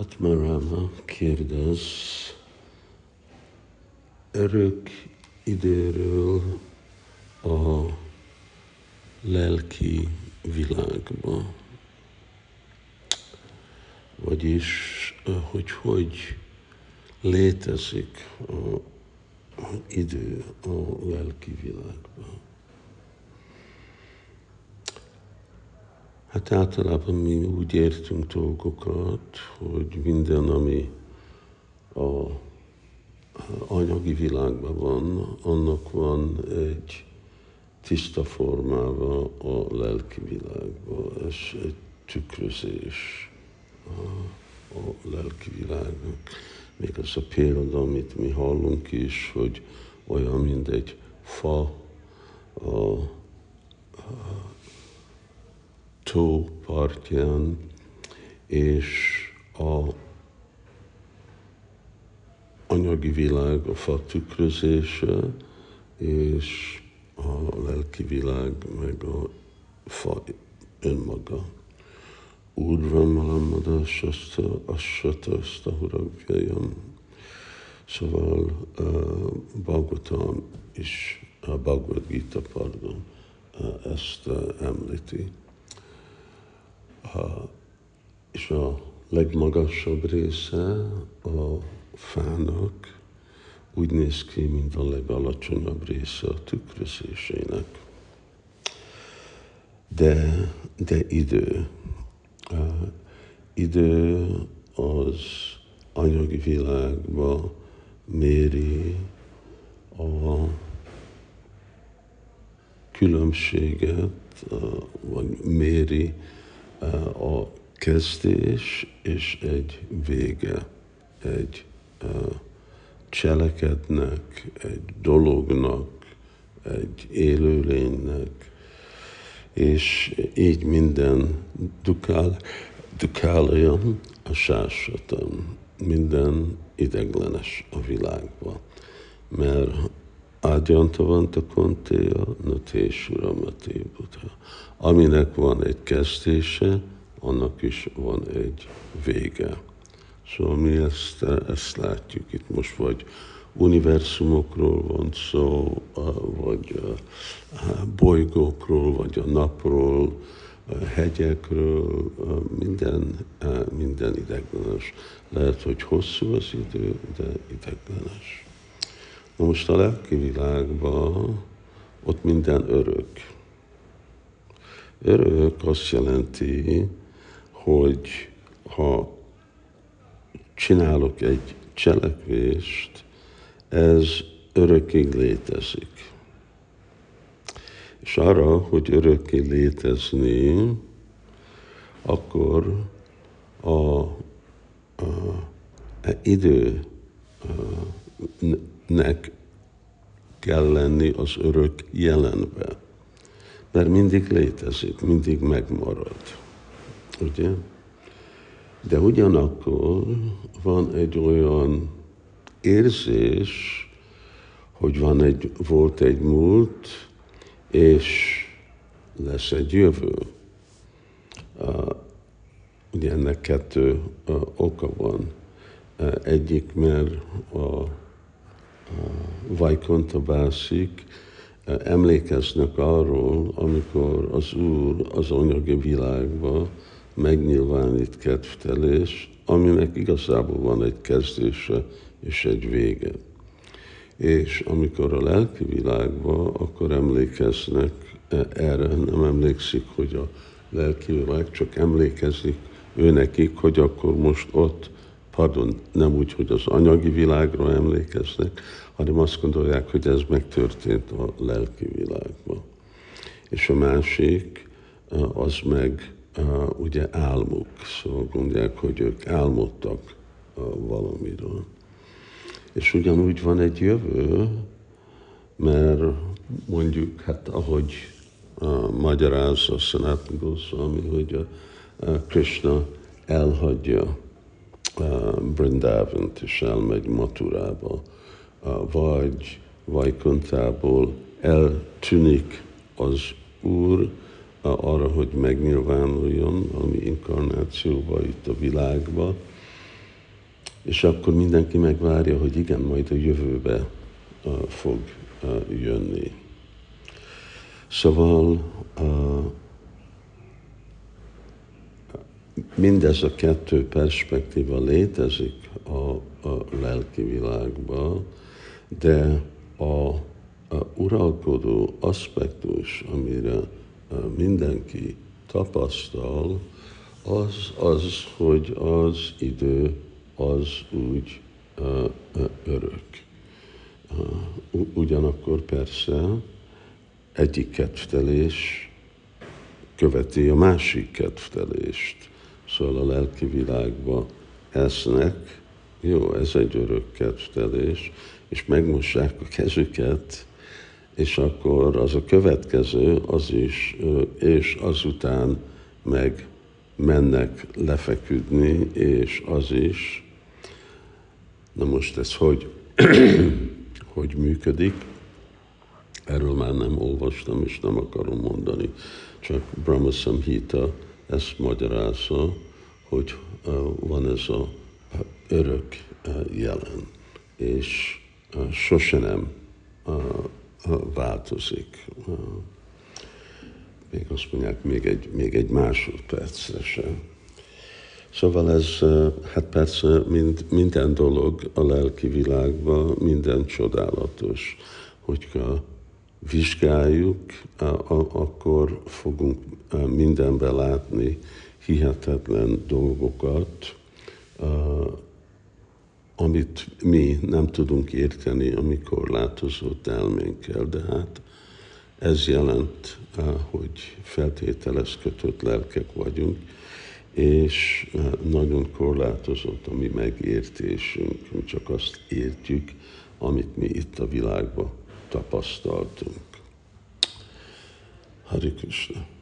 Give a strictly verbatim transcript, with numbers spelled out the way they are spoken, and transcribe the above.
Padmarama kérdez örök időről a lelki világba. Vagyis, hogy hogy létezik a idő a lelki világban. Hát általában mi úgy értünk dolgokat, hogy minden, ami a anyagi világban van, annak van egy tiszta formába a lelki világban. Ez egy tükrözés a, a lelki világnak. Még az a példa, amit mi hallunk is, hogy olyan, mint egy fa a, a tó partján, és a anyagi világ a fa tükrözése, és a lelki világ meg a fa önmaga. Urvamalamada sasta asata stahuragvyayam. Szóval uh, Bhagavatam is, a Bhagavad Gita, pardon, uh, ezt uh, említi. Uh, és a legmagasabb része a fának úgy néz ki, mint a legalacsonyabb része a tükrözésének. De, de idő. Uh, idő az anyagi világban méri a különbséget, uh, vagy méri uh, a kezdés és egy vége, egy uh, cselekednek, egy dolognak, egy élőlénynek, és így minden dukál, dukálajan a sásatam, minden ideglenes a világban. Mert Ágyantavanta kontéja, Natésuramati Buddha. Aminek van egy kezdése, annak is van egy vége. Szóval mi ezt, ezt látjuk itt most, vagy univerzumokról van szó, vagy bolygókról, vagy a napról, hegyekről, minden, minden ideglenes. Lehet, hogy hosszú az idő, de ideglenes. Na most a lelki világban ott minden örök. Örök azt jelenti, hogy ha csinálok egy cselekvést, ez örökig létezik. És arra, hogy örökké létezni, akkor a, a, a időnek kell lenni az örök jelenbe. Mert mindig létezik, mindig megmarad. Ugye? De ugyanakkor van egy olyan érzés, hogy van egy, volt egy múlt, és lesz egy jövő. Uh, ugye ennek kettő uh, oka van. Uh, egyik, mert a, a Vaikuntha bászik uh, emlékeznek arról, amikor az Úr az anyagi világban megnyilvánít kedvtelést, aminek igazából van egy kezdése és egy vége. És amikor a lelki világban, akkor emlékeznek erre, nem emlékszik, hogy a lelki világ, csak emlékezik ő nekik, hogy akkor most ott, pardon, nem úgy, hogy az anyagi világra emlékeznek, hanem azt gondolják, hogy ez megtörtént a lelki világban. És a másik, az meg Uh, ugye álmuk, szóval gondolják, hogy ők álmodtak uh, valamiről. És ugyanúgy van egy jövő, mert mondjuk, hát ahogy uh, magyarázza Sanatana Goswami, hogy a uh, Krishna elhagyja uh, Brindavant és elmegy Maturába, uh, vagy Vaikunthából eltűnik az Úr, arra, hogy megnyilvánuljon valami inkarnációba itt a világba, És akkor mindenki megvárja, hogy igen, majd a jövőbe uh, fog uh, jönni. Szóval uh, mindez a kettő perspektíva létezik a, a lelki világban, de a, a uralkodó aspektus, amire uh, mindenki tapasztal, az az, hogy az idő az úgy uh, örök. Uh, ugyanakkor persze egyik kedvtelés követi a másik kedvtelést. Szóval a lelki világban esznek, jó, ez egy örök kedvtelés, és megmossák a kezüket, és akkor az a következő, az is, és azután meg mennek lefeküdni, és az is. Na most ez hogy, hogy működik? Erről már nem olvastam, és nem akarom mondani, csak Brahma Samhita ezt magyarázza, hogy van ez a örök jelen, és sose nem változik. Még azt mondják, még egy, még egy másodpercre sem. Szóval ez, hát persze mind, minden dolog a lelki világban, minden csodálatos, hogyha vizsgáljuk, akkor fogunk mindenben látni hihetetlen dolgokat, amit mi nem tudunk érteni, amikor látozott elménkkel, de hát ez jelent, hogy feltételez kötött lelkek vagyunk, és nagyon korlátozott a mi megértésünk, mi csak azt értjük, amit mi itt a világban tapasztaltunk. Hare Krishna.